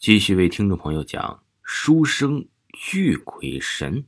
继续为听众朋友讲书生遇鬼神。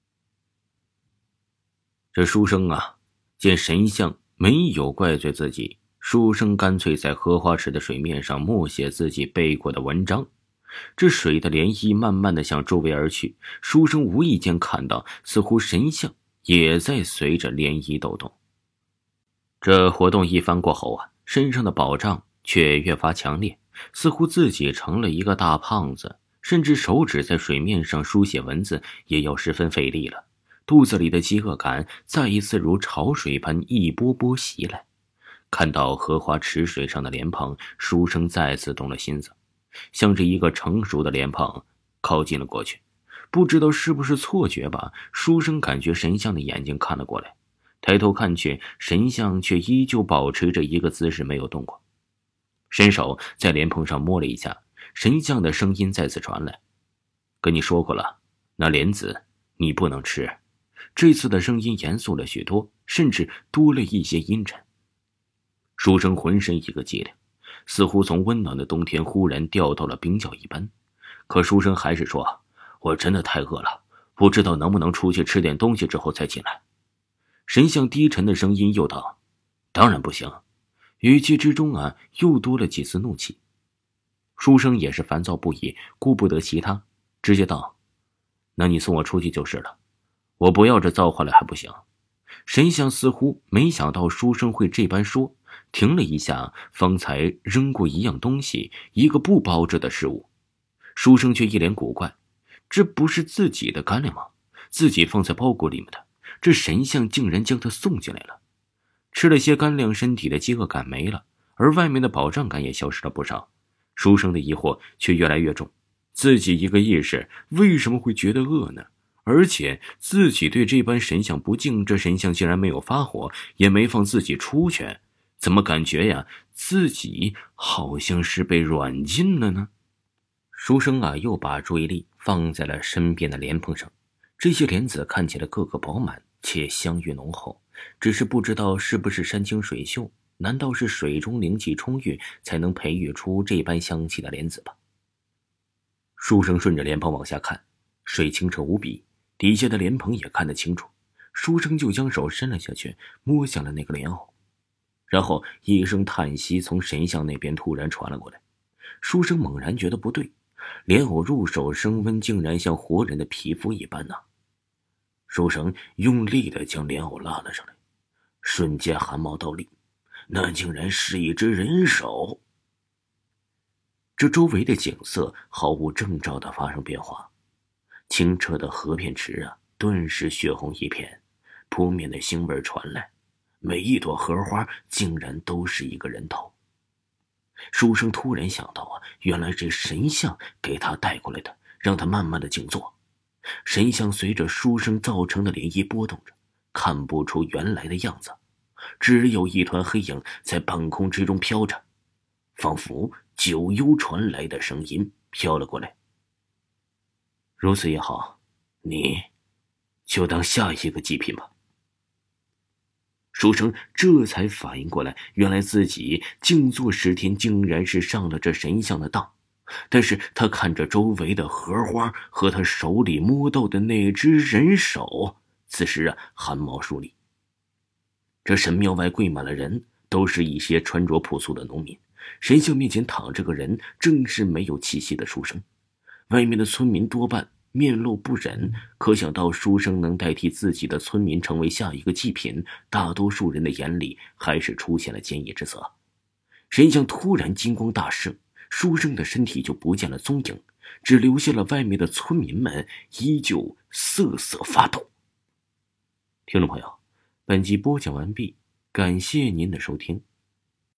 这书生啊，见神像没有怪罪自己，书生干脆在荷花池的水面上默写自己背过的文章。这水的涟漪慢慢地向周围而去，书生无意间看到，似乎神像也在随着涟漪抖动。这活动一番过后啊，身上的饱胀却越发强烈，似乎自己成了一个大胖子，甚至手指在水面上书写文字也要十分费力了。肚子里的饥饿感再一次如潮水般一波波袭来。看到荷花池水上的莲蓬，书生再次动了心思，向着一个成熟的莲蓬靠近了过去。不知道是不是错觉吧，书生感觉神像的眼睛看了过来，抬头看去，神像却依旧保持着一个姿势没有动过。伸手在莲蓬上摸了一下，神像的声音再次传来：“跟你说过了，那莲子你不能吃。”这次的声音严肃了许多，甚至多了一些阴沉。书生浑身一个激灵，似乎从温暖的冬天忽然掉到了冰窖一般。可书生还是说：“我真的太饿了，不知道能不能出去吃点东西之后再进来。”神像低沉的声音又道：“当然不行。”语气之中啊，又多了几丝怒气。书生也是烦躁不已，顾不得其他，直接道：“那你送我出去就是了，我不要这造化了还不行。”神像似乎没想到书生会这般说，停了一下，方才扔过一样东西，一个不包着的食物。书生却一脸古怪，这不是自己的干粮吗？自己放在包裹里面的，这神像竟然将它送进来了。吃了些干粮，身体的饥饿感没了，而外面的饱胀感也消失了不少。书生的疑惑却越来越重，自己一个义士为什么会觉得饿呢？而且自己对这般神像不敬，这神像竟然没有发火，也没放自己出去，怎么感觉呀，自己好像是被软禁了呢？书生啊，又把注意力放在了身边的莲蓬上。这些莲子看起来个个饱满且香郁浓厚，只是不知道是不是山清水秀，难道是水中灵气充裕才能培育出这般香气的莲子吧？书生顺着莲蓬往下看，水清澈无比，底下的莲蓬也看得清楚。书生就将手伸了下去，摸向了那个莲藕，然后一声叹息从神像那边突然传了过来。书生猛然觉得不对，莲藕入手升温竟然像活人的皮肤一般呢。书生用力地将莲藕拉了上来，瞬间汗毛倒立，那竟然是一只人手。这周围的景色毫无征兆地发生变化，清澈的河片池啊，顿时血红一片，扑面的腥味传来，每一朵荷花竟然都是一个人头。书生突然想到啊，原来这神像给他带过来的，让他慢慢的静坐。神像随着书生造成的涟漪波动着，看不出原来的样子，只有一团黑影在半空之中飘着，仿佛九幽传来的声音飘了过来。如此也好，你就当下一个祭品吧。书生这才反应过来，原来自己静坐10天竟然是上了这神像的当。但是他看着周围的荷花和他手里摸到的那只人手，此时啊，汗毛竖立。这神庙外跪满了人，都是一些穿着朴素的农民。神像面前躺着个人，正是没有气息的书生。外面的村民多半面露不忍，可想到书生能代替自己的村民成为下一个祭品，大多数人的眼里还是出现了坚毅之色。神像突然金光大盛，书生的身体就不见了踪影，只留下了外面的村民们依旧瑟瑟发抖。听众朋友，本集播讲完毕，感谢您的收听。